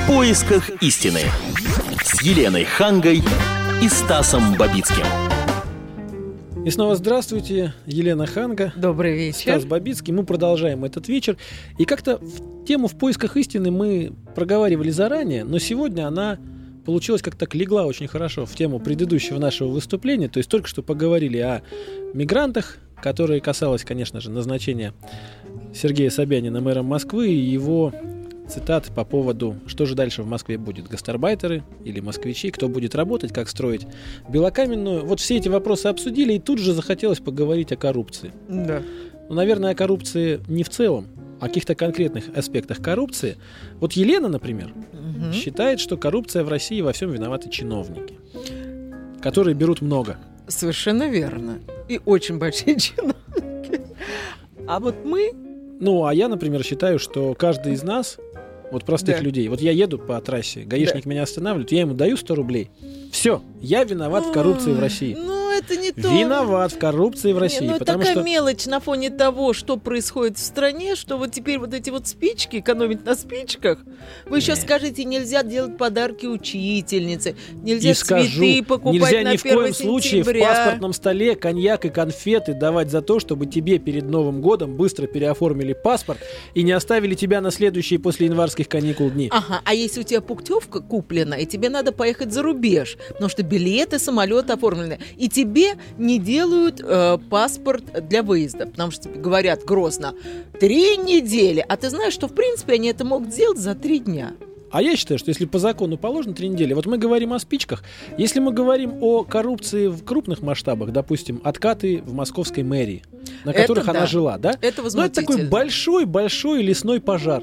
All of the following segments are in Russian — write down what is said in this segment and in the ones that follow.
В поисках истины с Еленой Хангой и Стасом Бабицким. И снова здравствуйте, Елена Ханга. Добрый вечер. Стас Бабицкий. Мы продолжаем этот вечер. И как-то тему «В поисках истины» мы проговаривали заранее, но сегодня она получилась как-то так легла очень хорошо в тему предыдущего нашего выступления. То есть только что поговорили о мигрантах, которое касалось, конечно же, назначения Сергея Собянина мэром Москвы и его цитат по поводу, что же дальше в Москве будет, гастарбайтеры или москвичи, кто будет работать, как строить Белокаменную. Вот все эти вопросы обсудили, и тут же захотелось поговорить о коррупции. Да. Ну, наверное, о коррупции не в целом, о каких-то конкретных аспектах коррупции. Вот Елена, например, считает, что коррупция в России во всем виноваты чиновники, которые берут много. Совершенно верно. И очень большие чиновники. А вот мы... Ну, а я, например, считаю, что каждый из нас, вот простых людей, вот я еду по трассе, гаишник меня останавливает, я ему даю 100 рублей. Все, я виноват в коррупции в России. Ну, это не то. Виноват в коррупции в России. Ну, такая мелочь на фоне того, что происходит в стране, что вот теперь вот эти вот спички, экономить на спичках. Вы еще скажите, нельзя делать подарки учительнице, нельзя цветы покупать нельзя на 1 сентября. Нельзя ни в коем случае в паспортном столе коньяк и конфеты давать за то, чтобы тебе перед Новым годом быстро переоформили паспорт и не оставили тебя на следующие после январских каникул дни. Ага, а если у тебя путевка куплена, и тебе надо поехать за рубеж, потому что билеты, самолеты оформлены, и тебе не делают паспорт для выезда, потому что тебе говорят грозно 3 недели, а ты знаешь, что в принципе они это могут сделать за 3 дня. А я считаю, что если по закону положено 3 недели, вот мы говорим о спичках, если мы говорим о коррупции в крупных масштабах, допустим, откаты в московской мэрии, на которых она жила, да? Это возмутительно. Но это такой большой-большой лесной пожар.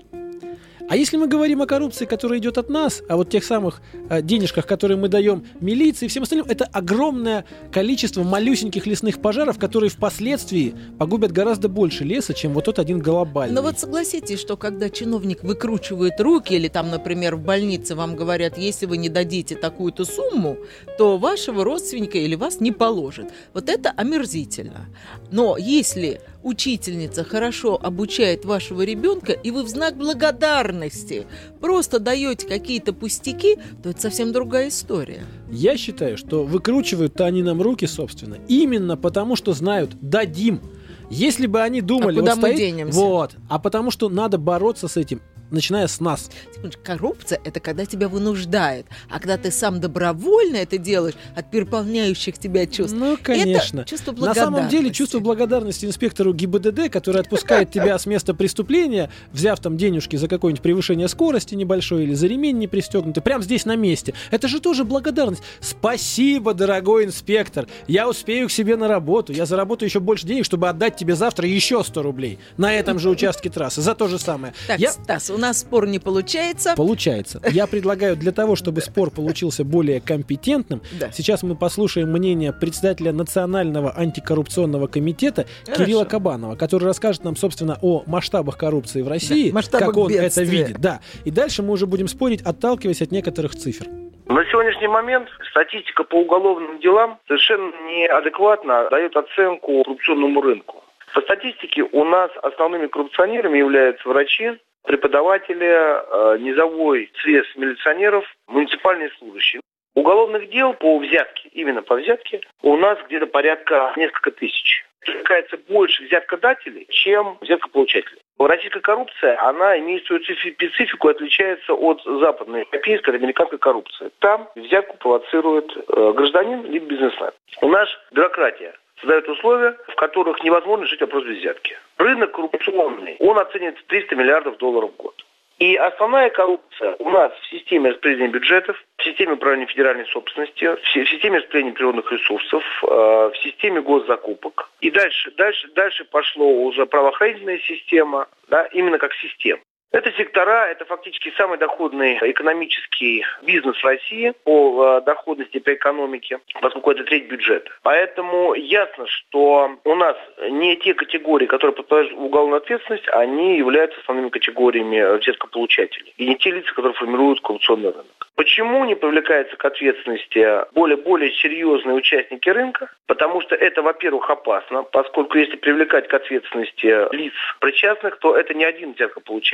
А если мы говорим о коррупции, которая идет от нас, о вот тех самых денежках, которые мы даем милиции и всем остальным, это огромное количество малюсеньких лесных пожаров, которые впоследствии погубят гораздо больше леса, чем вот тот один глобальный. Но вот согласитесь, что когда чиновник выкручивает руки, или там, например, в больнице вам говорят, если вы не дадите такую-то сумму, то вашего родственника или вас не положат. Вот это омерзительно. Но если учительница хорошо обучает вашего ребенка, и вы в знак благодарности просто даете какие-то пустяки, то это совсем другая история. Я считаю, что выкручивают-то они нам руки, собственно, именно потому, что знают, дадим. Если бы они думали, куда мы денемся? Вот, а потому что надо бороться с этим, начиная с нас. Коррупция – это когда тебя вынуждают. А когда ты сам добровольно это делаешь от переполняющих тебя чувств. Ну, конечно. Это чувство благодарности. На самом деле, чувство благодарности инспектору ГИБДД, который отпускает тебя с места преступления, взяв там денежки за какое-нибудь превышение скорости небольшое или за ремень не пристегнутый, прямо здесь на месте. Это же тоже благодарность. Спасибо, дорогой инспектор. Я успею к себе на работу. Я заработаю еще больше денег, чтобы отдать тебе завтра еще 100 рублей на этом же участке трассы за то же самое. Так, Стас, у нас спор не получается. Получается. Я предлагаю для того, чтобы спор получился более компетентным, сейчас мы послушаем мнение председателя Национального антикоррупционного комитета Кирилла Кабанова, который расскажет нам, собственно, о масштабах коррупции в России, как он это видит. Да. И дальше мы уже будем спорить, отталкиваясь от некоторых цифр. На сегодняшний момент статистика по уголовным делам совершенно неадекватно дает оценку коррупционному рынку. По статистике у нас основными коррупционерами являются врачи, преподаватели, низовой срез милиционеров, муниципальные служащие. Уголовных дел по взятке, именно по взятке, у нас где-то порядка несколько тысяч. Привлекается больше взяткодателей, чем взяткополучателей. Российская коррупция, она имеет свою специфику, отличается от западной, европейской, американской коррупции. Там взятку провоцирует гражданин либо бизнесмен. У нас бюрократия создает условия, в которых невозможно решить вопрос без взятки. Рынок коррупционный, он оценивается в $300 миллиардов в год. И основная коррупция у нас в системе распределения бюджетов, в системе управления федеральной собственности, в системе распределения природных ресурсов, в системе госзакупок. И дальше пошло уже правоохранительная система, да, именно как система. Это сектора, это фактически самый доходный экономический бизнес в России по доходности, по экономике, поскольку это треть бюджета. Поэтому ясно, что у нас не те категории, которые подпадают в уголовную ответственность, они являются основными категориями взяткополучателей. И не те лица, которые формируют коррупционный рынок. Почему не привлекаются к ответственности более серьезные участники рынка? Потому что это, во-первых, опасно, поскольку если привлекать к ответственности лиц причастных, то это не один взяткополучатель, это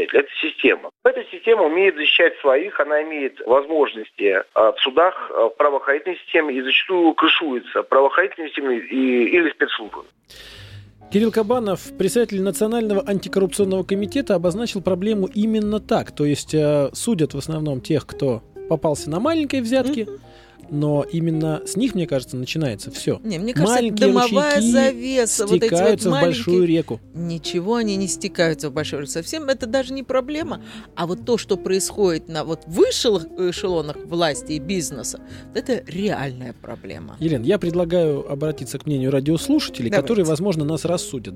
система. Эта система умеет защищать своих, она имеет возможности в судах, в правоохранительной системе и зачастую крышуется правоохранительной системой или спецслужбами. Кирилл Кабанов, председатель Национального антикоррупционного комитета, обозначил проблему именно так. То есть судят в основном тех, кто попался на маленькой взятке, но именно с них, мне кажется, начинается все. Не, мне кажется, маленькие дымовая завеса, стекаются вот в большую реку. Ничего они не стекаются в большую реку. Совсем это даже не проблема. А вот то, что происходит на вот высших эшелонах власти и бизнеса, это реальная проблема. Елена, я предлагаю обратиться к мнению радиослушателей, Давайте. которые, возможно, нас рассудят.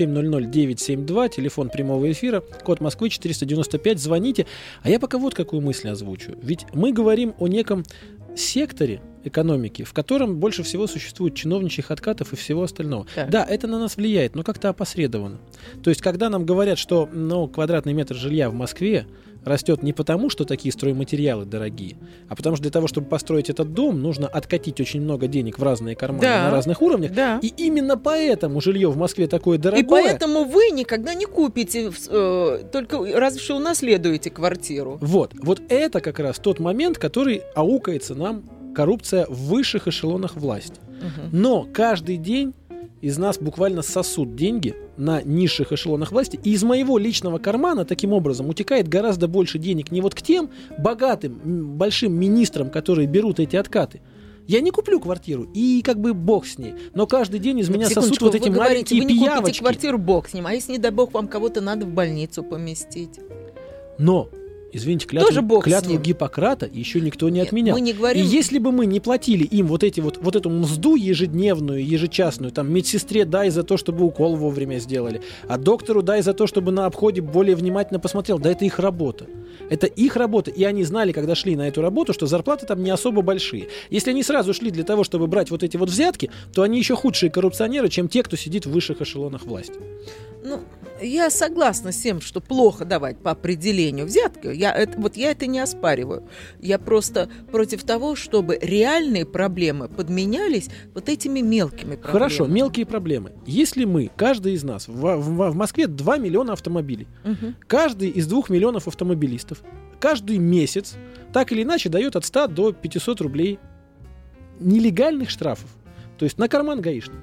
9700-972, телефон прямого эфира, код Москвы 495, звоните. А я пока вот какую мысль озвучу. Ведь мы говорим о неком секторе экономики, в котором больше всего существует чиновничьих откатов и всего остального. Так. Да, это на нас влияет, но как-то опосредованно. То есть, когда нам говорят, что квадратный метр жилья в Москве растет не потому, что такие стройматериалы дорогие, а потому что для того, чтобы построить этот дом, нужно откатить очень много денег в разные карманы на разных уровнях. Да. И именно поэтому жилье в Москве такое дорогое. И поэтому вы никогда не купите, только разве что унаследуете квартиру. Вот это как раз тот момент, который аукается нам коррупция в высших эшелонах власти. Но каждый день из нас буквально сосут деньги на низших эшелонах власти, и из моего личного кармана таким образом утекает гораздо больше денег не вот к тем богатым, большим министрам, которые берут эти откаты. Я не куплю квартиру, и как бы бог с ней. Но каждый день из меня сосут вот эти маленькие пиявочки. Вы не купите квартиру, бог с ним. А если, не дай бог, вам кого-то надо в больницу поместить? Но... Извините, клятву Гиппократа еще никто не отменял. Мы не говорим... И если бы мы не платили им вот эту мзду ежедневную, ежечасную, там, медсестре дай за то, чтобы укол вовремя сделали, а доктору дай за то, чтобы на обходе более внимательно посмотрел, да это их работа. Это их работа, и они знали, когда шли на эту работу, что зарплаты там не особо большие. Если они сразу шли для того, чтобы брать вот эти вот взятки, то они еще худшие коррупционеры, чем те, кто сидит в высших эшелонах власти. Ну, я согласна с тем, что плохо давать по определению взятки. Я это не оспариваю. Я просто против того, чтобы реальные проблемы подменялись вот этими мелкими проблемами. Хорошо, мелкие проблемы. Если мы, каждый из нас, в Москве 2 миллиона автомобилей, каждый из 2 миллионов автомобилистов, каждый месяц так или иначе дает от 100 до 500 рублей нелегальных штрафов. То есть на карман гаишнику.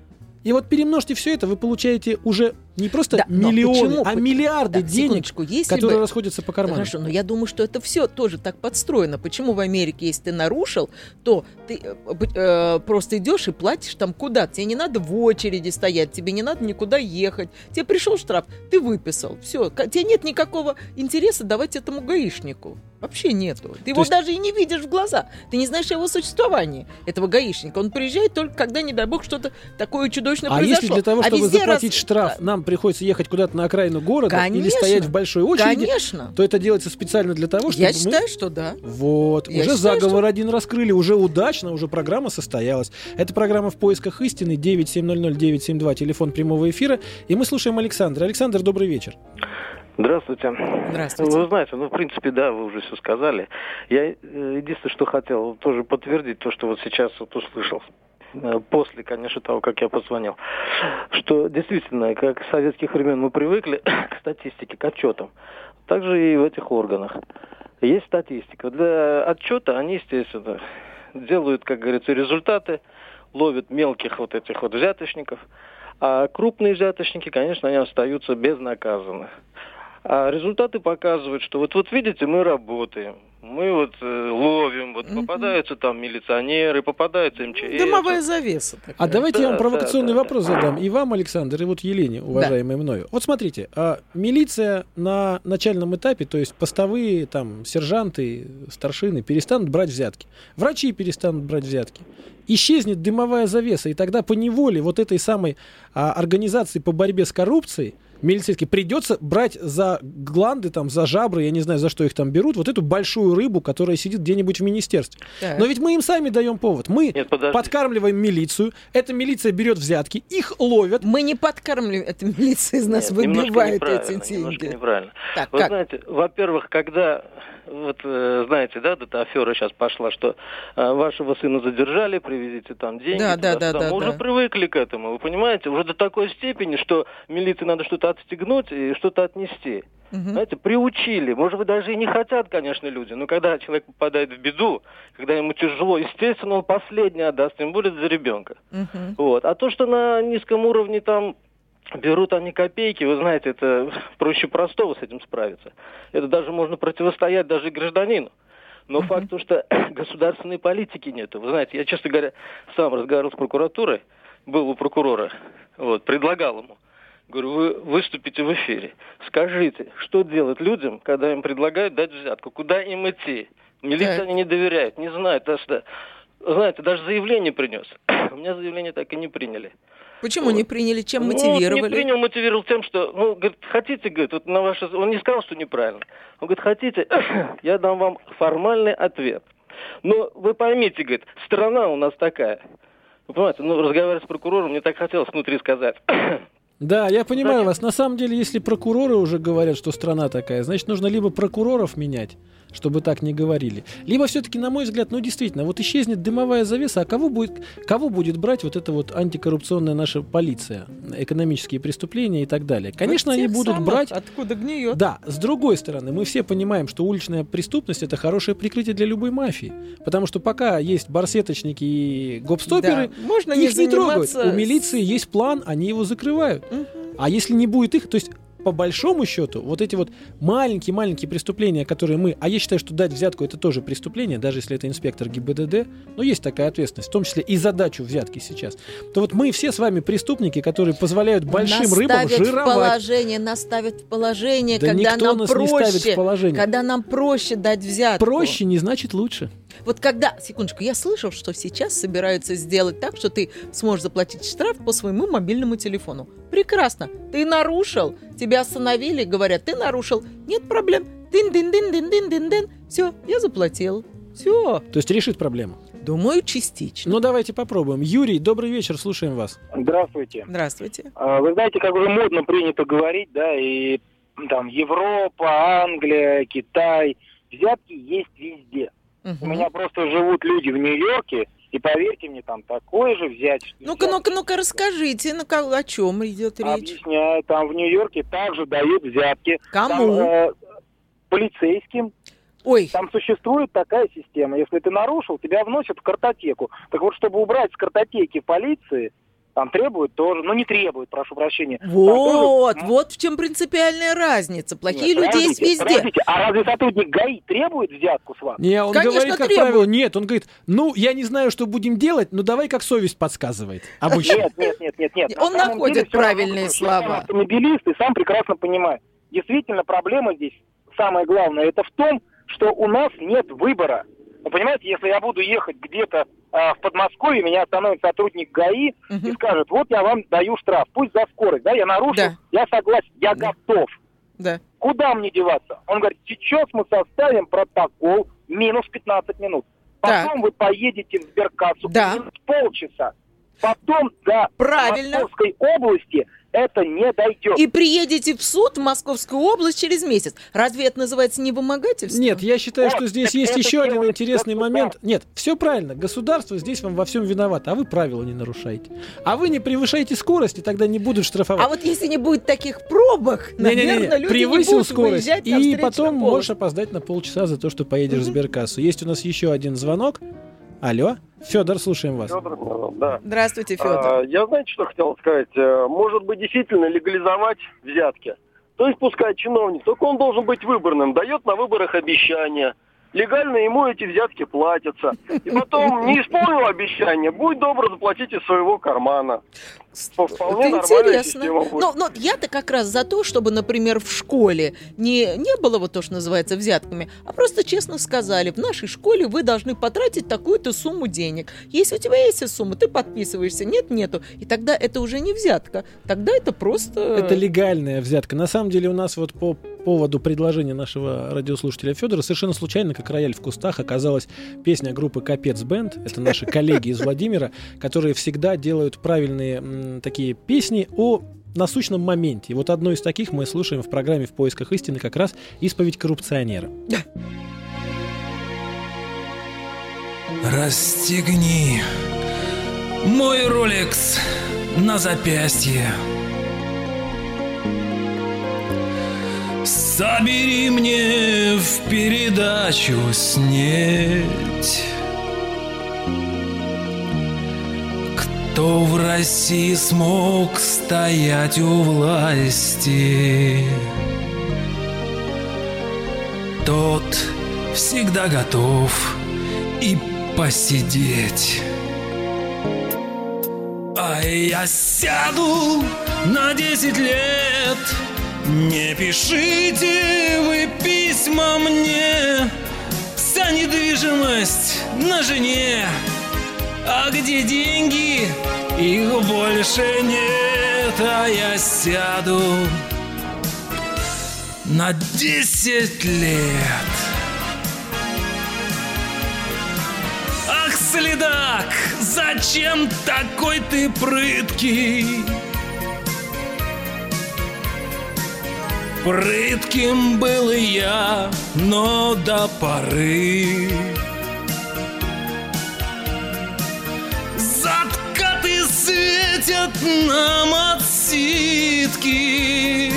И вот перемножьте все это, вы получаете уже не просто миллионы, а миллиарды денег, которые расходятся по карману. Хорошо, но я думаю, что это все тоже так подстроено. Почему в Америке, если ты нарушил, то ты просто идешь и платишь там куда-то. Тебе не надо в очереди стоять, тебе не надо никуда ехать. Тебе пришел штраф, ты выписал. Все, тебе нет никакого интереса давать этому гаишнику. Вообще нету. Ты его даже и не видишь в глаза. Ты не знаешь о его существовании, этого гаишника. Он приезжает только когда, не дай бог, что-то такое чудовищное произошло. А если для того, чтобы заплатить штраф, нам приходится ехать куда-то на окраину города или стоять в большой очереди, то это делается специально для того, чтобы Я считаю, что да. Вот. Уже заговор один раскрыли, уже удачно, уже программа состоялась. Это программа «В поисках истины», 9700-972, телефон прямого эфира. И мы слушаем Александра. Александр, добрый вечер. Здравствуйте. Здравствуйте. Вы знаете, в принципе, да, вы уже все сказали. Я единственное, что хотел тоже подтвердить то, что вот сейчас вот услышал. После, конечно, того, как я позвонил. Что действительно, как с советских времен мы привыкли к статистике, к отчетам. Также и в этих органах. Есть статистика. Для отчета они, естественно, делают, как говорится, результаты, ловят мелких вот этих вот взяточников. А крупные взяточники, конечно, они остаются безнаказанны. А результаты показывают, что вот видите, мы работаем, мы вот ловим, вот попадаются там милиционеры, попадаются МЧС. Дымовая завеса такая. А давайте я вам провокационный вопрос задам. И вам, Александр, и вот Елене, уважаемой мною. Вот смотрите, милиция на начальном этапе, то есть постовые, там, сержанты, старшины перестанут брать взятки. Врачи перестанут брать взятки. Исчезнет дымовая завеса, и тогда поневоле вот этой самой организации по борьбе с коррупцией милицейский придется брать за гланды, там, за жабры, я не знаю, за что их там берут, вот эту большую рыбу, которая сидит где-нибудь в министерстве. Так. Но ведь мы им сами даем повод. Мы подкармливаем милицию, эта милиция берет взятки, их ловят. Мы не подкармливаем, эта милиция из нас выбивает эти деньги. Немножко неправильно. Так, вы знаете, во-первых, когда... Вот знаете, да, эта афера сейчас пошла, что вашего сына задержали, привезите там деньги. Мы уже привыкли к этому, вы понимаете, уже до такой степени, что милиции надо что-то отстегнуть и что-то отнести. Знаете, приучили. Может быть, даже и не хотят, конечно, люди. Но когда человек попадает в беду, когда ему тяжело, естественно, он последний отдаст, тем более за ребенка. Вот. А то, что на низком уровне там берут они копейки, вы знаете, это проще простого с этим справиться. Это даже можно противостоять даже гражданину. Но факт, что государственной политики нету. Вы знаете, я, честно говоря, сам разговаривал с прокуратурой, был у прокурора, вот, предлагал ему. Говорю, вы выступите в эфире, скажите, что делать людям, когда им предлагают дать взятку, куда им идти? Милиции они не доверяют, не знают. Знаете, даже заявление принес. У меня заявление так и не приняли. Почему не приняли? Чем мотивировали? Не мотивировал тем, что, говорит, хотите, говорит, вот на ваше... Он не сказал, что неправильно. Он говорит, хотите, я дам вам формальный ответ. Но вы поймите, говорит, страна у нас такая. Вы понимаете, разговаривать с прокурором, мне так хотелось внутри сказать. Да, я понимаю вас. На самом деле, если прокуроры уже говорят, что страна такая, значит, нужно либо прокуроров менять, чтобы так не говорили, либо все-таки, на мой взгляд, действительно, вот исчезнет дымовая завеса, а кого будет брать вот эта вот антикоррупционная наша полиция, экономические преступления и так далее? Конечно, они будут брать... Откуда гниет? Да, с другой стороны, мы все понимаем, что уличная преступность — это хорошее прикрытие для любой мафии, потому что пока есть барсеточники и гопстоперы, можно их не трогают. У милиции есть план, они его закрывают. А если не будет их, то есть по большому счету вот эти вот маленькие преступления, которые а я считаю, что дать взятку — это тоже преступление, даже если это инспектор ГИБДД, но есть такая ответственность, в том числе и за дачу взятки сейчас, то вот мы все с вами преступники, которые позволяют большим рыбам жировать. Нас ставят в положение, да когда нам проще, не ставит в положение. Когда нам проще дать взятку. Проще не значит лучше. Вот когда, секундочку, я слышал, что сейчас собираются сделать так, что ты сможешь заплатить штраф по своему мобильному телефону. Прекрасно. Ты нарушил, тебя остановили, говорят, ты нарушил. Нет проблем. Дин-дин-дин-дин-дин-дин-дин. Все, я заплатил. Все. То есть решит проблему? Думаю, частично. Давайте попробуем. Юрий, добрый вечер, слушаем вас. Здравствуйте. Здравствуйте. Вы знаете, как уже модно принято говорить, да, и там Европа, Англия, Китай, взятки есть везде. У меня просто живут люди в Нью-Йорке, и поверьте мне, там такое же взять. Ну-ка, расскажите, о чем идет речь? Объясняю, там в Нью-Йорке также дают взятки. Кому? Там, полицейским. Ой. Там существует такая система. Если ты нарушил, тебя вносят в картотеку. Так вот, чтобы убрать с картотеки полиции, там требуют тоже, не требуют, прошу прощения. Вот в чем принципиальная разница. Плохие люди есть везде. Подождите, а разве сотрудник ГАИ требует взятку с вас? Не, он Конечно, говорит, как правило, нет, он говорит, я не знаю, что будем делать, но давай, как совесть подсказывает. Обычно. Нет. Он находит правильные слова. Автомобилист и сам прекрасно понимает. Действительно, проблема здесь, самое главное, это в том, что у нас нет выбора. Вы понимаете, если я буду ехать где-то в Подмосковье, меня остановит сотрудник ГАИ и скажет, вот я вам даю штраф, пусть за скорость, да, я нарушил, я согласен, я готов. Да. Куда мне деваться? Он говорит, сейчас мы составим протокол минус 15 минут. Потом вы поедете в сберкассу минус полчаса. Потом до Московской области это не дойдет. И приедете в суд в Московскую область через месяц. Разве это называется невымогательство? Нет, я считаю, что здесь есть еще один интересный момент. Нет, все правильно. Государство здесь вам во всем виновато, а вы правила не нарушаете. А вы не превышаете скорость, и тогда не будут штрафовать. А вот если не будет таких пробок, наверное, люди превысил не будут скорость, выезжать и потом можешь опоздать на полчаса за то, что поедешь в сберкассу. Есть у нас еще один звонок. Алло, Федор, слушаем вас. Федор, да. Здравствуйте, Федор. Я, знаете, что хотел сказать? Может быть, действительно легализовать взятки. То есть пускай чиновник, только он должен быть выборным, дает на выборах обещания. Легально ему эти взятки платятся. И потом не исполнил обещание, будь добр, заплатить из своего кармана. Вполне нормальная система будет. Но я-то как раз за то, чтобы, например, в школе не было вот то, что называется взятками, а просто честно сказали, в нашей школе вы должны потратить такую-то сумму денег. Если у тебя есть эта сумма, ты подписываешься, нету. И тогда это уже не взятка. Тогда это просто... Это легальная взятка. На самом деле у нас вот по поводу предложения нашего радиослушателя Федора совершенно случайно, как рояль в кустах, оказалась песня группы Капец Бенд. Это наши коллеги из Владимира, которые всегда делают правильные такие песни о насущном моменте. И вот одну из таких мы слушаем в программе «В поисках истины», как раз «Исповедь коррупционера». Расстегни мой Ролекс на запястье. Забери мне в передачу снеть. Кто в России смог стоять у власти, тот всегда готов и посидеть. А я сяду на 10 лет. Не пишите вы письма мне. Вся недвижимость на жене. А где деньги? Их больше нет. А я сяду на 10 лет. Ах, следак, зачем такой ты прыткий? Прытким был и я, но до поры. Закаты светят нам отсидки.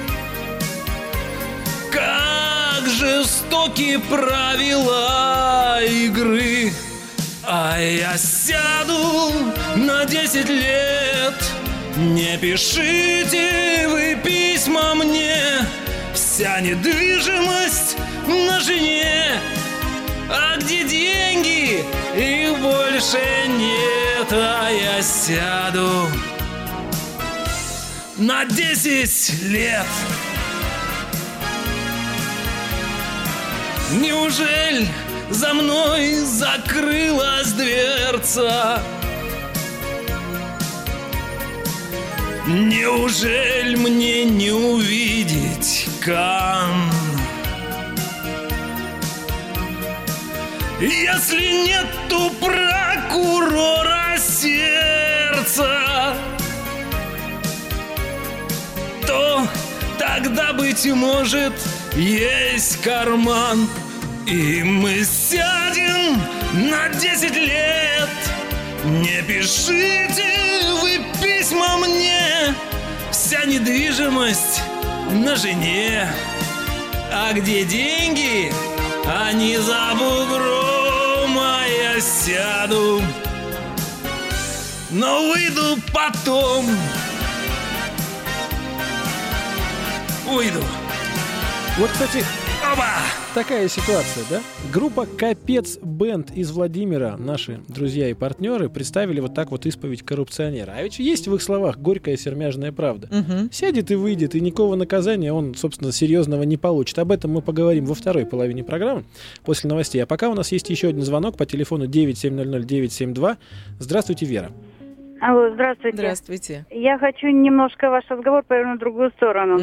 Как жестоки правила игры. А я сяду на 10 лет. Не пишите вы письма мне. Вся недвижимость на жене. А где деньги? Их больше нет. А я сяду на 10 лет. Неужели за мной закрылась дверца? Неужели мне не увидеть Канн? Если нету прокурора сердца, то тогда, быть может, есть карман. И мы сядем на 10 лет. Не пишите вы письма мне. Вся недвижимость на жене. А где деньги? Они за бугром. А я сяду, но выйду потом. Уйду. Вот, кстати, Оба! такая ситуация, да? Группа «Капец Бенд» из Владимира, наши друзья и партнеры, представили вот так вот исповедь коррупционера. А ведь есть в их словах горькая сермяжная правда. Сядет и выйдет, и никакого наказания он, собственно, серьезного не получит. Об этом мы поговорим во второй половине программы, после новостей. А пока у нас есть еще один звонок по телефону 9700-972. Здравствуйте, Вера. Алло, здравствуйте. Здравствуйте. Я хочу немножко ваш разговор повернуть в другую сторону.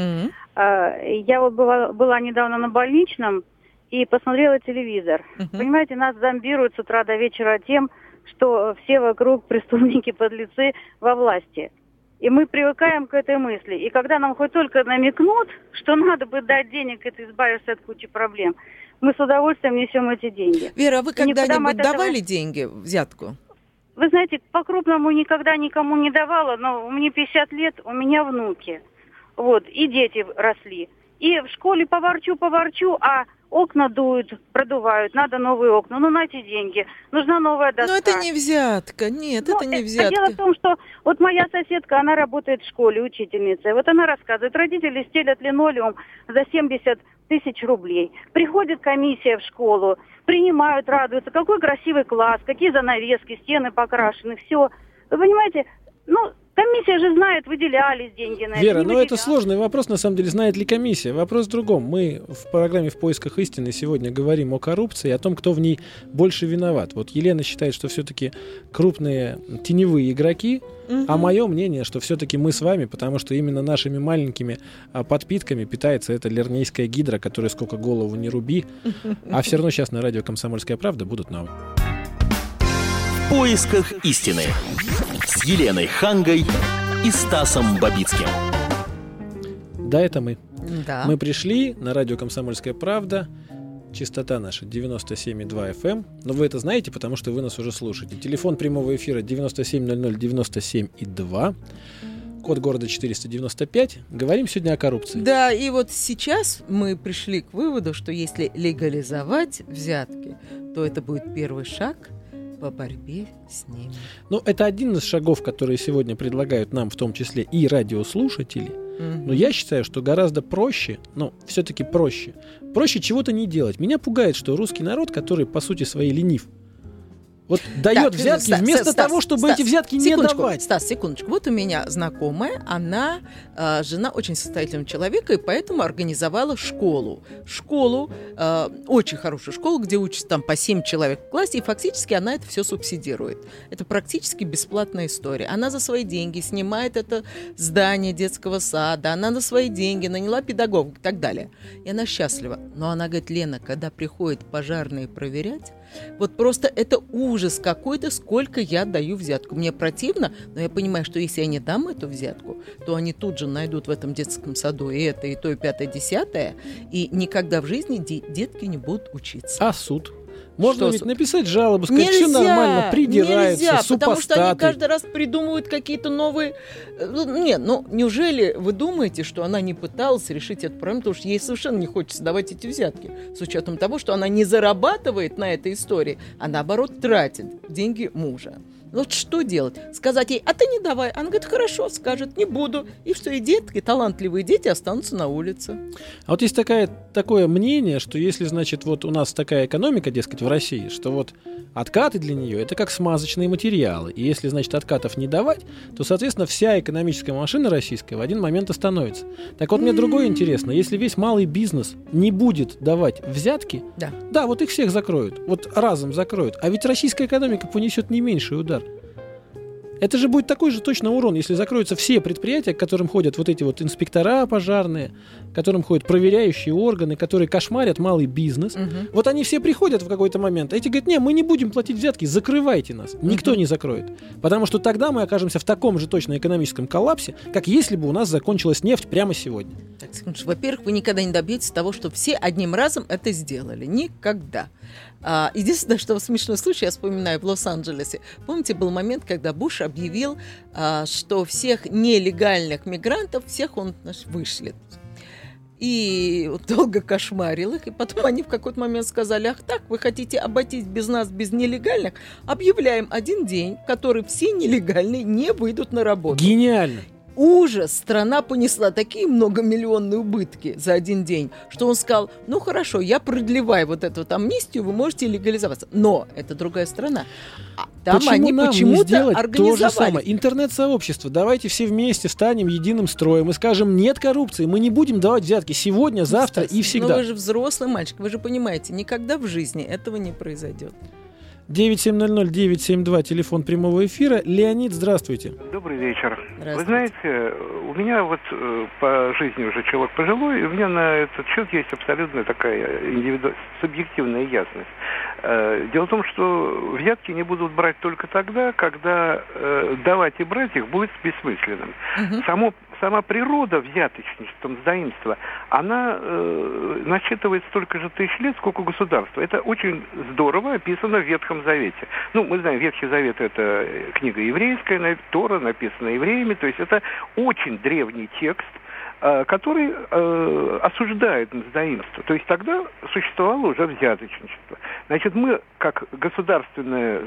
Я вот была недавно на больничном и посмотрела телевизор. Понимаете, нас зомбируют с утра до вечера тем, что все вокруг преступники, подлецы во власти. И мы привыкаем к этой мысли. И когда нам хоть только намекнут, что надо бы дать денег, и ты избавишься от кучи проблем, мы с удовольствием несем эти деньги. Вера, а вы когда-нибудь этого... давали деньги, взятку? Вы знаете, по-крупному никогда никому не давала, но мне 50 лет, у меня внуки. Вот, и дети росли. И в школе поворчу, а окна дуют, продувают, надо новые окна. Ну, на эти деньги, нужна новая доска. Но это не взятка, нет, это не взятка. Дело в том, что вот моя соседка, она работает в школе, учительницей. Вот она рассказывает, родители стелят линолеум за 70 тысяч рублей. Приходит комиссия в школу, принимают, радуются. Какой красивый класс, какие занавески, стены покрашены, все. Вы понимаете, комиссия же знает, выделялись деньги на это. Вера, это сложный вопрос, на самом деле, знает ли комиссия. Вопрос в другом. Мы в программе «В поисках истины» сегодня говорим о коррупции, о том, кто в ней больше виноват. Вот Елена считает, что все-таки крупные теневые игроки, а мое мнение, что все-таки мы с вами, потому что именно нашими маленькими подпитками питается эта лернейская гидра, которая сколько голову не руби, а все равно сейчас на радио «Комсомольская правда» будут новые. В поисках истины с Еленой Хангой и Стасом Бабицким. Да, это мы. Да. Мы пришли на радио «Комсомольская правда». Частота наша 97,2 FM. Но вы это знаете, потому что вы нас уже слушаете. Телефон прямого эфира 9700 97,2. код города 495. Говорим сегодня о коррупции. Да, и вот сейчас мы пришли к выводу, что если легализовать взятки, то это будет первый шаг по борьбе с ними. Ну, это один из шагов, которые сегодня предлагают нам, в том числе и радиослушатели. Но я считаю, что гораздо проще, все-таки проще чего-то не делать. Меня пугает, что русский народ, который по сути своей ленив, вот дает взятки вместо того, чтобы эти взятки не давать. Стас, секундочку. Вот у меня знакомая, она жена очень состоятельного человека, и поэтому организовала школу. Очень хорошую школу, где учатся там по 7 человек в классе, и фактически она это все субсидирует. Это практически бесплатная история. Она за свои деньги снимает это здание детского сада, она на свои деньги наняла педагогов и так далее. И она счастлива. Но она говорит: Лена, когда приходят пожарные проверять, вот просто это ужас какой-то, сколько я даю взятку. Мне противно, но я понимаю, что если я не дам эту взятку, то они тут же найдут в этом детском саду и это, и то, и пятое, десятое, и никогда в жизни детки не будут учиться. А суд? Можно ведь написать жалобу, сказать, все нормально, придираются, супостаты. Потому что они каждый раз придумывают какие-то новые... неужели вы думаете, что она не пыталась решить эту проблему, потому что ей совершенно не хочется давать эти взятки, с учетом того, что она не зарабатывает на этой истории, а наоборот тратит деньги мужа. Вот что делать? Сказать ей: а ты не давай. Она говорит: хорошо, скажет, не буду. И что, и детки, талантливые дети останутся на улице. А вот есть такое мнение, что если, значит, вот у нас такая экономика, дескать, в России, что вот откаты для нее — это как смазочные материалы. И если, значит, откатов не давать, то, соответственно, вся экономическая машина российская в один момент остановится. Так вот, мне другое интересно. Если весь малый бизнес не будет давать взятки, да, вот их всех закроют. Вот разом закроют. А ведь российская экономика понесет не меньший удар. Это же будет такой же точно урон, если закроются все предприятия, к которым ходят вот эти вот инспектора пожарные, к которым ходят проверяющие органы, которые кошмарят малый бизнес. Вот они все приходят в какой-то момент, а эти говорят: не, мы не будем платить взятки, закрывайте нас. Никто не закроет. Потому что тогда мы окажемся в таком же точно экономическом коллапсе, как если бы у нас закончилась нефть прямо сегодня. Так, секундочку. Во-первых, вы никогда не добьетесь того, что все одним разом это сделали. Никогда. Единственное, что смешной случай, я вспоминаю, в Лос-Анджелесе. Помните, был момент, когда Буш объявил, что всех нелегальных мигрантов, всех он вышлет. И долго кошмарил их, и потом они в какой-то момент сказали: ах так, вы хотите обойтись без нас, без нелегальных? Объявляем один день, в который все нелегальные не выйдут на работу. Гениально! Ужас! Страна понесла такие многомиллионные убытки за один день, что он сказал: ну хорошо, я продлеваю вот эту вот амнистию, вы можете легализоваться. Но это другая страна. Там почему они нам почему-то не сделать организовали. То же самое? Интернет-сообщество. Давайте все вместе станем единым строем и скажем: нет коррупции, мы не будем давать взятки сегодня, завтра и всегда. Но вы же взрослый мальчик, вы же понимаете, никогда в жизни этого не произойдет. 9700-972, телефон прямого эфира. Леонид, здравствуйте. Добрый вечер. Вы знаете, у меня вот по жизни уже человек пожилой, и у меня на этот счет есть абсолютно такая субъективная ясность. Дело в том, что взятки не будут брать только тогда, когда давать и брать их будет бессмысленным. Сама природа взяточничества, заимства, она насчитывает столько же тысяч лет, сколько государство. Это очень здорово описано в Ветхом Завете. Мы знаем, Ветхий Завет — это книга еврейская, Тора, написанная евреями, то есть это очень древний текст, который осуждает мздоимство. То есть тогда существовало уже взяточничество. Значит, мы, как государственная,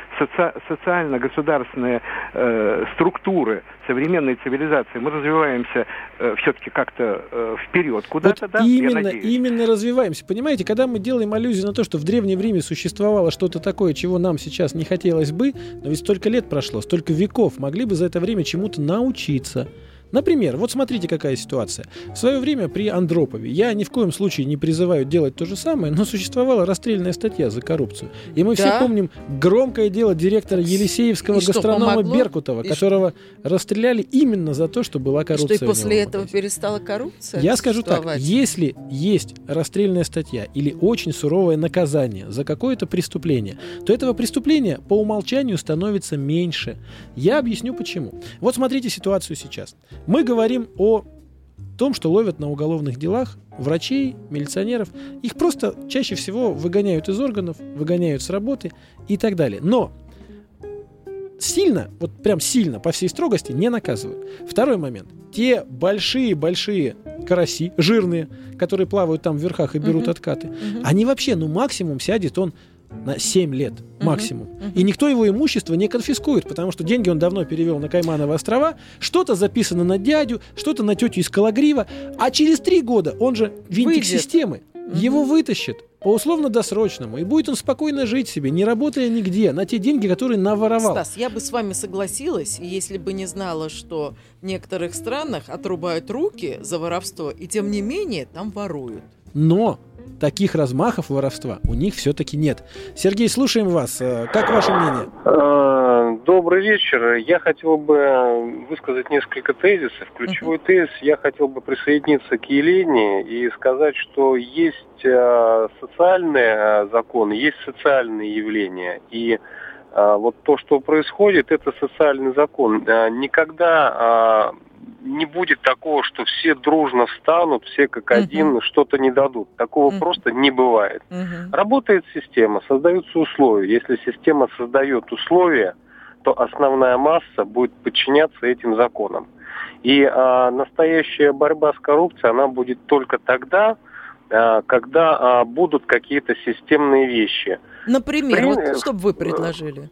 социально-государственная структуры современной цивилизации, мы развиваемся все-таки как-то вперед куда-то, вот именно развиваемся. Понимаете, когда мы делаем аллюзию на то, что в Древнем Риме существовало что-то такое, чего нам сейчас не хотелось бы, но ведь столько лет прошло, столько веков, могли бы за это время чему-то научиться. Например, вот смотрите, какая ситуация. В свое время при Андропове, я ни в коем случае не призываю делать то же самое, но существовала расстрельная статья за коррупцию. И мы все помним громкое дело директора Елисеевского гастронома Беркутова, которого расстреляли именно за то, что была коррупция. И что, и после этого перестала коррупция? Я скажу так, если есть расстрельная статья или очень суровое наказание за какое-то преступление, то этого преступления по умолчанию становится меньше. Я объясню почему. Вот смотрите ситуацию сейчас. Мы говорим о том, что ловят на уголовных делах врачей, милиционеров. Их просто чаще всего выгоняют из органов, выгоняют с работы и так далее. Но сильно, вот прям сильно по всей строгости не наказывают. Второй момент. Те большие караси, жирные, которые плавают там в верхах и берут откаты, они вообще, максимум сядет он на 7 лет, максимум. И никто его имущество не конфискует, потому что деньги он давно перевел на Каймановы острова, что-то записано на дядю, что-то на тетю из Калагрива, а через 3 года он же винтик системы, его вытащит по условно-досрочному, и будет он спокойно жить себе, не работая нигде, на те деньги, которые наворовал. Стас, я бы с вами согласилась, если бы не знала, что в некоторых странах отрубают руки за воровство, и тем не менее там воруют. Но таких размахов воровства у них все-таки нет. Сергей, слушаем вас. Как ваше мнение? Добрый вечер. Я хотел бы высказать несколько тезисов. Ключевой тезис: я хотел бы присоединиться к Елене и сказать, что есть социальные законы, есть социальные явления. И вот то, что происходит, это социальный закон. Никогда не будет такого, что все дружно встанут, все как один что-то не дадут. Такого просто не бывает. Работает система, создаются условия. Если система создает условия, то основная масса будет подчиняться этим законам. И настоящая борьба с коррупцией, она будет только тогда, когда будут какие-то системные вещи. Например, вот что бы вы предложили?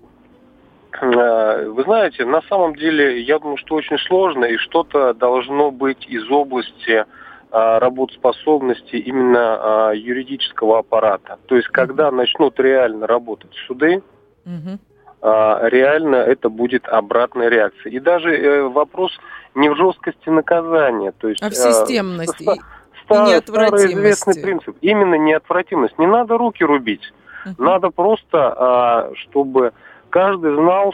Вы знаете, на самом деле, я думаю, что очень сложно, и что-то должно быть из области работоспособности именно юридического аппарата. То есть, когда начнут реально работать суды, реально это будет обратная реакция. И даже вопрос не в жесткости наказания. То есть, а в системности и неотвратимости. Старый известный принцип. Именно неотвратимость. Не надо руки рубить. Надо просто, чтобы каждый знал,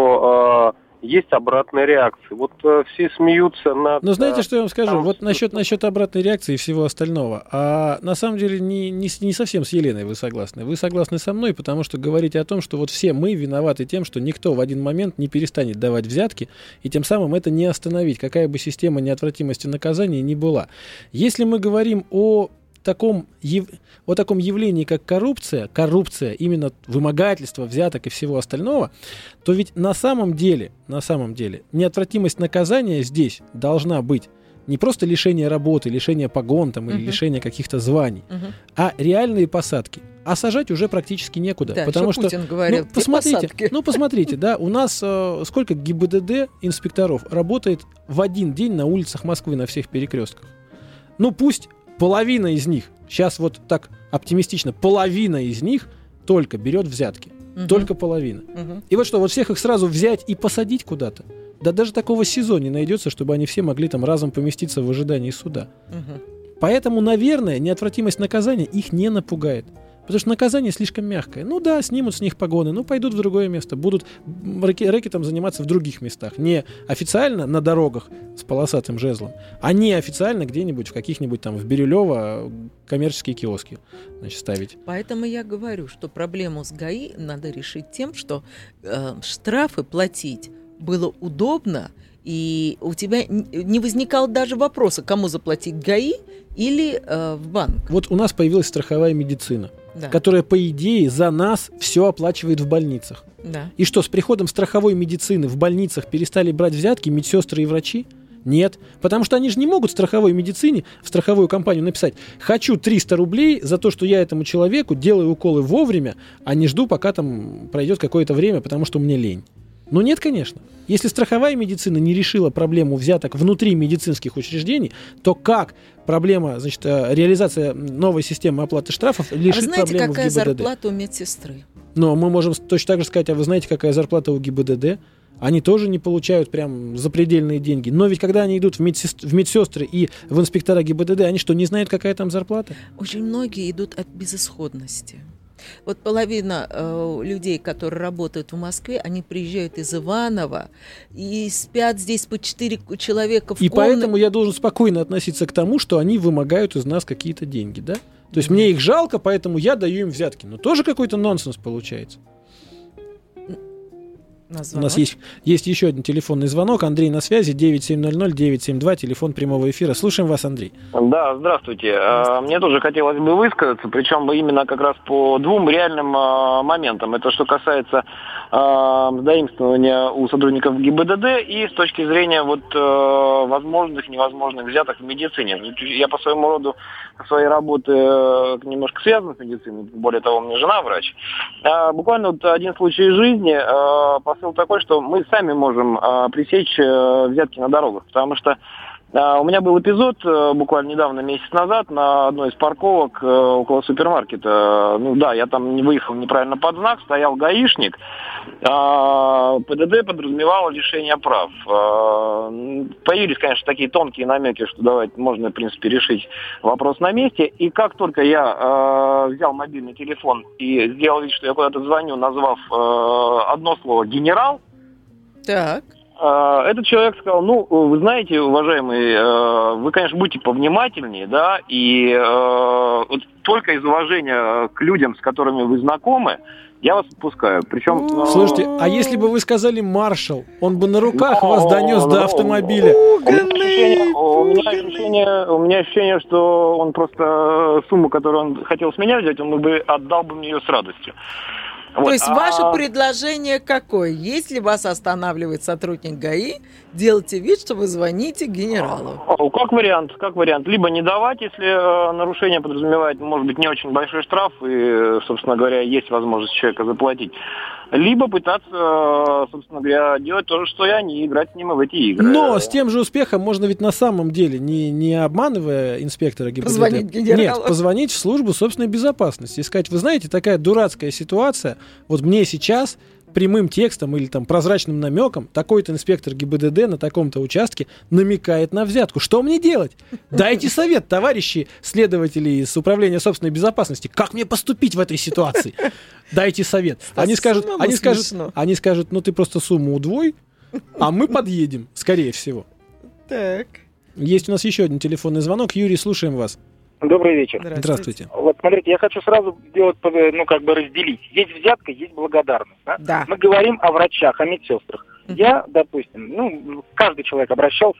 что есть обратная реакция. Вот все смеются над... Ну, знаете, что я вам скажу? Вот насчет обратной реакции и всего остального. А на самом деле не совсем с Еленой вы согласны. Вы согласны со мной, потому что говорите о том, что вот все мы виноваты тем, что никто в один момент не перестанет давать взятки, и тем самым это не остановить, какая бы система неотвратимости наказания ни была. Если мы говорим о таком явлении, как коррупция, именно вымогательство, взяток и всего остального, то ведь на самом деле, неотвратимость наказания здесь должна быть не просто лишение работы, лишение погон там, или лишение каких-то званий, а реальные посадки. А сажать уже практически некуда. Да, потому что Путин говорил, посмотрите, да, у нас сколько ГИБДД инспекторов работает в один день на улицах Москвы на всех перекрестках. Ну пусть половина из них, сейчас вот так оптимистично, половина из них только берет взятки. Только половина. И вот что, вот всех их сразу взять и посадить куда-то? Да даже такого СИЗО не найдется, чтобы они все могли там разом поместиться в ожидании суда. Поэтому, наверное, неотвратимость наказания их не напугает. Потому что наказание слишком мягкое. Ну да, снимут с них погоны, пойдут в другое место, будут рэкетом заниматься в других местах. Не официально на дорогах с полосатым жезлом, а не официально где-нибудь в каких-нибудь там в Бирюлево коммерческие киоски, значит, ставить. Поэтому я говорю, что проблему с ГАИ надо решить тем, что штрафы платить было удобно, и у тебя не возникало даже вопроса, кому заплатить, ГАИ или в банк. Вот у нас появилась страховая медицина, которая, по идее, за нас все оплачивает в больницах. Да. И что, с приходом страховой медицины в больницах перестали брать взятки медсестры и врачи? Нет, потому что они же не могут страховой медицине, в страховую компанию написать: хочу 300 рублей за то, что я этому человеку делаю уколы вовремя, а не жду, пока там пройдет какое-то время, потому что мне лень. Ну нет, конечно. Если страховая медицина не решила проблему взяток внутри медицинских учреждений, то как проблема, значит, реализация новой системы оплаты штрафов решит проблему в ГИБДД? А вы знаете, какая зарплата у медсестры? Но мы можем точно так же сказать: а вы знаете, какая зарплата у ГИБДД? Они тоже не получают прям запредельные деньги. Но ведь когда они идут в медсестры и в инспектора ГИБДД, они что, не знают, какая там зарплата? Очень многие идут от безысходности. Вот половина людей, которые работают в Москве, они приезжают из Иваново и спят здесь по 4 человека в комнате. И поэтому я должен спокойно относиться к тому, что они вымогают из нас какие-то деньги, да? То есть мне их жалко, поэтому я даю им взятки. Но тоже какой-то нонсенс получается. У нас есть еще один телефонный звонок. Андрей на связи, 9700-972, телефон прямого эфира. Слушаем вас, Андрей. Да, здравствуйте. Мне тоже хотелось бы высказаться, причем именно как раз по двум реальным моментам. Это что касается заимствования у сотрудников ГИБДД и с точки зрения возможных, невозможных взяток в медицине. Я по своему роду, своей работы немножко связан с медициной, более того, у меня жена врач. Буквально один случай из жизни, посыл такой, что мы сами можем пресечь взятки на дорогах, потому что у меня был эпизод буквально недавно, месяц назад, на одной из парковок около супермаркета. Я там выехал неправильно под знак, стоял гаишник. ПДД подразумевало лишение прав. Появились, конечно, такие тонкие намеки, что давайте можно, в принципе, решить вопрос на месте. И как только я взял мобильный телефон и сделал вид, что я куда-то звоню, назвав одно слово «генерал», так. Этот человек сказал, вы знаете, уважаемый, вы, конечно, будьте повнимательнее, да, и только из уважения к людям, с которыми вы знакомы, я вас отпускаю. Причем... Слушайте, а если бы вы сказали маршал, он бы на руках вас донес до автомобиля? У меня ощущение, что он просто сумму, которую он хотел с меня взять, он бы отдал бы мне ее с радостью. То есть ваше предложение какое? Если вас останавливает сотрудник ГАИ, делайте вид, что вы звоните генералу. Как вариант. Либо не давать, если нарушение подразумевает, может быть, не очень большой штраф, и, собственно говоря, есть возможность человека заплатить. Либо пытаться, собственно говоря, делать то же, что и они, играть с ним в эти игры. Но с тем же успехом можно ведь на самом деле, не обманывая инспектора ГИБДД, позвонить генералу. Нет, позвонить в службу собственной безопасности и сказать, вы знаете, такая дурацкая ситуация, вот мне сейчас прямым текстом или там прозрачным намеком такой-то инспектор ГИБДД на таком-то участке намекает на взятку. Что мне делать? Дайте совет, товарищи следователи из Управления собственной безопасности. Как мне поступить в этой ситуации? Дайте совет. Они скажут, ты просто сумму удвой, а мы подъедем, скорее всего. Так. Есть у нас еще один телефонный звонок. Юрий, слушаем вас. Добрый вечер. Здравствуйте. Вот смотрите, я хочу сразу сделать, разделить. Есть взятка, есть благодарность. Да? Да. Мы говорим о врачах, о медсестрах. Я, допустим, каждый человек обращался,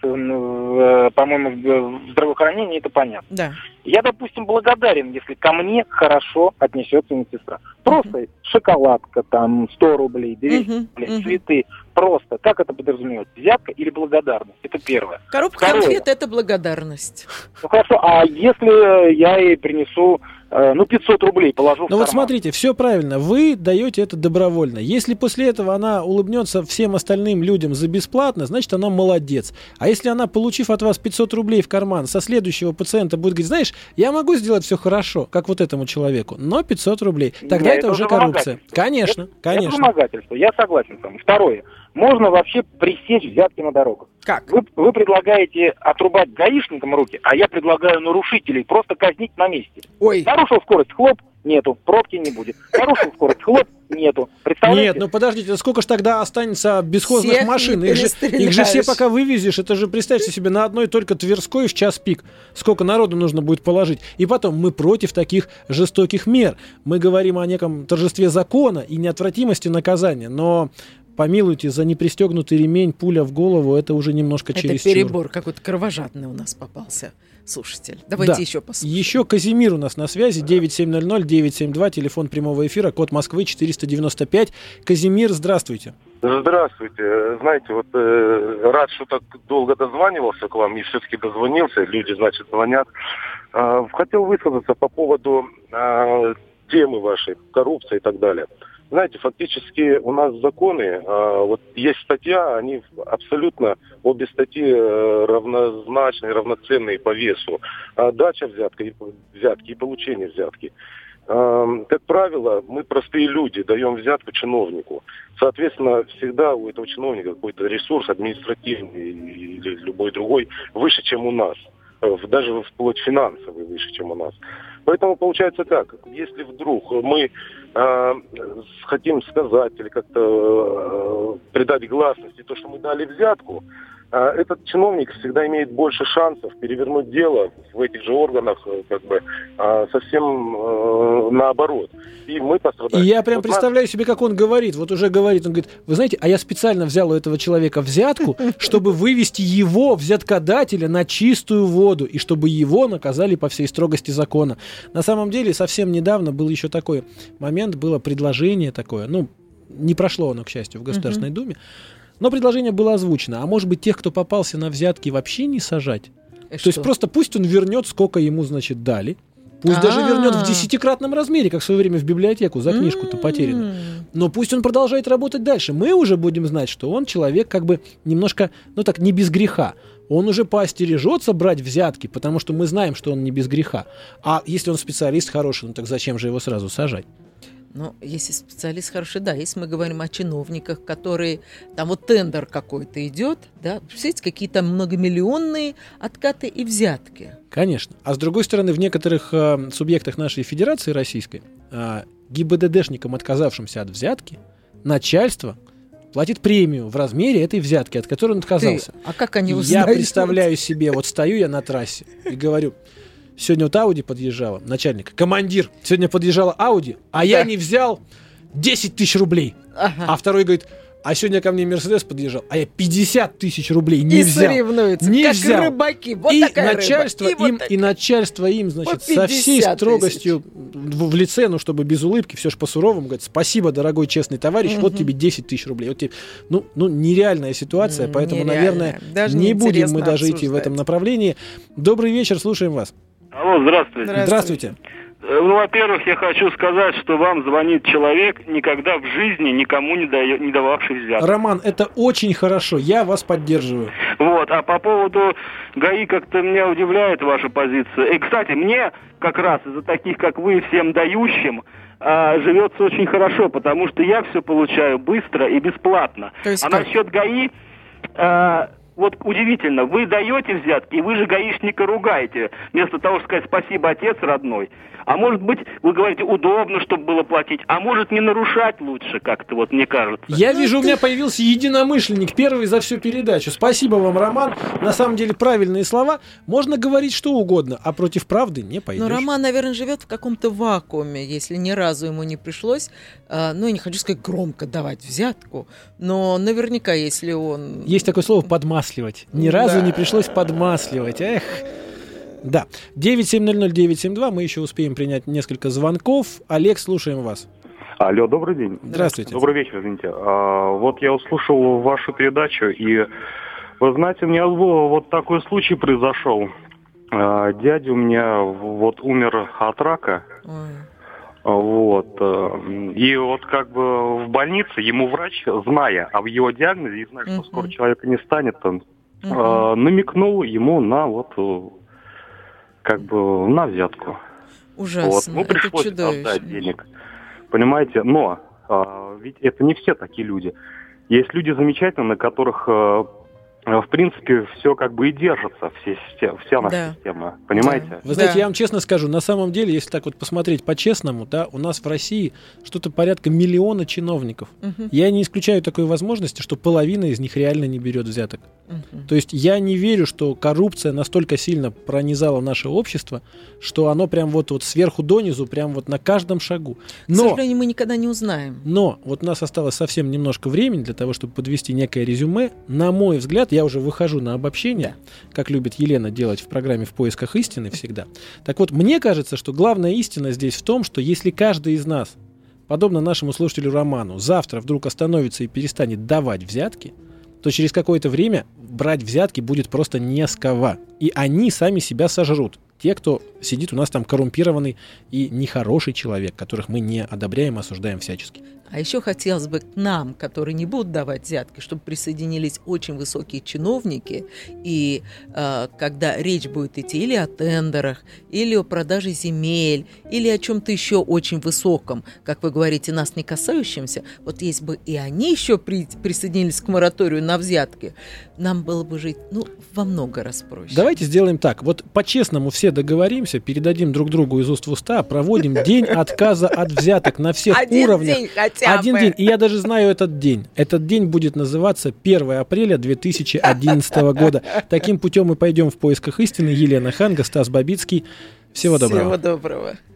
по-моему, в здравоохранение, это понятно. Да. Я, допустим, благодарен, если ко мне хорошо отнесется медсестра. Просто шоколадка, 100 рублей, 200 рублей, цветы. Просто. Как это подразумевает? Взятка или благодарность? Это первое. Коробка конфет – это благодарность. Хорошо, а если я ей принесу 500 рублей положу в карман? Вот смотрите, все правильно. Вы даете это добровольно. Если после этого она улыбнется всем остальным людям за бесплатно, значит, она молодец. А если она, получив от вас 500 рублей в карман, со следующего пациента будет говорить, знаешь, я могу сделать все хорошо, как вот этому человеку, но 500 рублей. Тогда это уже коррупция. Конечно. Это вымогательство, я согласен с вами. Второе. Можно вообще пресечь взятки на дорогах. Как? Вы предлагаете отрубать гаишникам руки, а я предлагаю нарушителей просто казнить на месте. Ой. Нарушил скорость, хлоп, нету, пробки не будет. Нарушил скорость, хлоп, нету. Представляете? Нет, подождите, сколько ж тогда останется бесхозных Всех машин? Их же все пока вывезешь. Это же, представьте себе, на одной только Тверской в час пик. Сколько народу нужно будет положить. И потом, мы против таких жестоких мер. Мы говорим о неком торжестве закона и неотвратимости наказания. Но... Помилуйте, за непристегнутый ремень, пуля в голову, это уже немножко чересчур. Это перебор какой-то кровожадный у нас попался слушатель. Давайте еще послушаем. Еще Казимир у нас на связи, 9700-972, телефон прямого эфира, код Москвы 495. Казимир, здравствуйте. Здравствуйте. Знаете, рад, что так долго дозванивался к вам и все-таки дозвонился. Люди, значит, звонят. Хотел высказаться по поводу темы вашей, коррупции и так далее. Знаете, фактически у нас законы, есть статья, они абсолютно, обе статьи равнозначные, равноценные по весу. Дача взятки и получение взятки. Как правило, мы простые люди, даем взятку чиновнику. Соответственно, всегда у этого чиновника какой-то ресурс административный или любой другой выше, чем у нас. Даже вплоть финансовый выше, чем у нас. Поэтому получается как? Если вдруг мы хотим сказать или как-то придать гласности то, что мы дали взятку, этот чиновник всегда имеет больше шансов перевернуть дело в этих же органах совсем наоборот. И мы пострадаем. И я прям представляю себе, как он говорит. Вот уже говорит, он говорит, вы знаете, а я специально взял у этого человека взятку, чтобы вывести его, взяткодателя, на чистую воду, и чтобы его наказали по всей строгости закона. На самом деле, совсем недавно был еще такой момент, было предложение такое, ну, не прошло оно, к счастью, в Государственной Думе, но предложение было озвучено. А может быть, тех, кто попался на взятки, вообще не сажать? То есть просто пусть он вернет, сколько ему, значит, дали. Пусть даже вернет в 10-кратном размере, как в свое время в библиотеку за книжку-то потерянную. Но пусть он продолжает работать дальше. Мы уже будем знать, что он человек как бы немножко, ну так, не без греха. Он уже поостережется брать взятки, потому что мы знаем, что он не без греха. А если он специалист хороший, ну так зачем же его сразу сажать? Ну, если специалист хороший, да, если мы говорим о чиновниках, которые, там вот тендер какой-то идет, да, представляете, какие-то многомиллионные откаты и взятки. Конечно. А с другой стороны, в некоторых субъектах нашей Федерации Российской, ГИБДДшникам, отказавшимся от взятки, начальство платит премию в размере этой взятки, от которой он отказался. А как они узнают? Я представляю себе, вот стою я на трассе и говорю... Сегодня вот Ауди подъезжала, начальник, командир, сегодня подъезжала Ауди, а я не взял 10 тысяч рублей. А второй говорит, а сегодня ко мне Мерседес подъезжал, а я 50 тысяч рублей не взял. Соревнуются, не как взял. Рыбаки. Вот и такая начальство рыба. им, и начальство им, значит, со всей строгостью в лице, ну, чтобы без улыбки, все же по-суровому, говорит, спасибо, дорогой честный товарищ, вот тебе 10 тысяч рублей. Вот тебе, ну, нереальная ситуация, поэтому, наверное, даже не будем мы даже идти в этом направлении. Добрый вечер, слушаем вас. Алло, здравствуйте. Здравствуйте. Ну, во-первых, я хочу сказать, что вам звонит человек, никогда в жизни никому не дававший взяток. Роман, это очень хорошо, я вас поддерживаю. Вот, а по поводу ГАИ как-то меня удивляет ваша позиция. И, кстати, мне как раз из-за таких, как вы, всем дающим, живется очень хорошо, потому что я все получаю быстро и бесплатно. А насчет ГАИ... Вот удивительно, вы даете взятки, и вы же гаишника ругаете, вместо того, чтобы сказать спасибо, отец родной. А может быть, вы говорите, удобно, чтобы было платить, а может не нарушать лучше как-то, вот мне кажется. Я вижу, у меня появился единомышленник, первый за всю передачу. Спасибо вам, Роман. На самом деле правильные слова. Можно говорить что угодно, а против правды не пойдешь. Но Роман, наверное, живет в каком-то вакууме, если ни разу ему не пришлось, ну, я не хочу сказать громко давать взятку, но наверняка, если он... Есть такое слово «подмасливать». Ни разу не пришлось подмасливать. Эх... Да, 9700972, мы еще успеем принять несколько звонков. Олег, слушаем вас. Алло, добрый день. Здравствуйте. Добрый вечер, извините. Вот я услышал вашу передачу, и вы знаете, у меня вот такой случай произошел. Дядя у меня вот умер от рака. Вот. И вот как бы в больнице ему врач, зная об его диагнозе, и зная, что скоро человека не станет, он намекнул ему на вот... как бы на взятку. Ужасно. Вот. Ну, пришлось отдать денег. Понимаете? Но ведь это не все такие люди. Есть люди замечательные, на которых в принципе все как бы и держится, вся наша система. Понимаете? Да. Вы знаете, я вам честно скажу, на самом деле, если так вот посмотреть по-честному, да, у нас в России что-то порядка 1 миллиона чиновников. Я не исключаю такой возможности, что половина из них реально не берет взяток. То есть я не верю, что коррупция настолько сильно пронизала наше общество, что оно прям вот сверху донизу, прям вот на каждом шагу. Но, к сожалению, мы никогда не узнаем. Но вот у нас осталось совсем немножко времени для того, чтобы подвести некое резюме. На мой взгляд, я уже выхожу на обобщение, как любит Елена делать в программе «В поисках истины» всегда. Так вот, мне кажется, что главная истина здесь в том, что если каждый из нас, подобно нашему слушателю Роману, завтра вдруг остановится и перестанет давать взятки, то через какое-то время брать взятки будет просто не с кого. И они сами себя сожрут. Те, кто сидит у нас там коррумпированный и нехороший человек, которых мы не одобряем, осуждаем всячески. А еще хотелось бы к нам, которые не будут давать взятки, чтобы присоединились очень высокие чиновники, и когда речь будет идти или о тендерах, или о продаже земель, или о чем-то еще очень высоком, как вы говорите, нас не касающемся, вот если бы и они еще присоединились к мораторию на взятки, нам было бы жить, во много раз проще. Давайте сделаем так, вот по-честному все договоримся, передадим друг другу из уст в уста, проводим день отказа от взяток на всех уровнях. Один день. И я даже знаю этот день. Этот день будет называться 1 апреля 2011 года. Таким путем мы пойдем в поисках истины. Елена Ханга, Стас Бабицкий. Всего доброго. Всего доброго.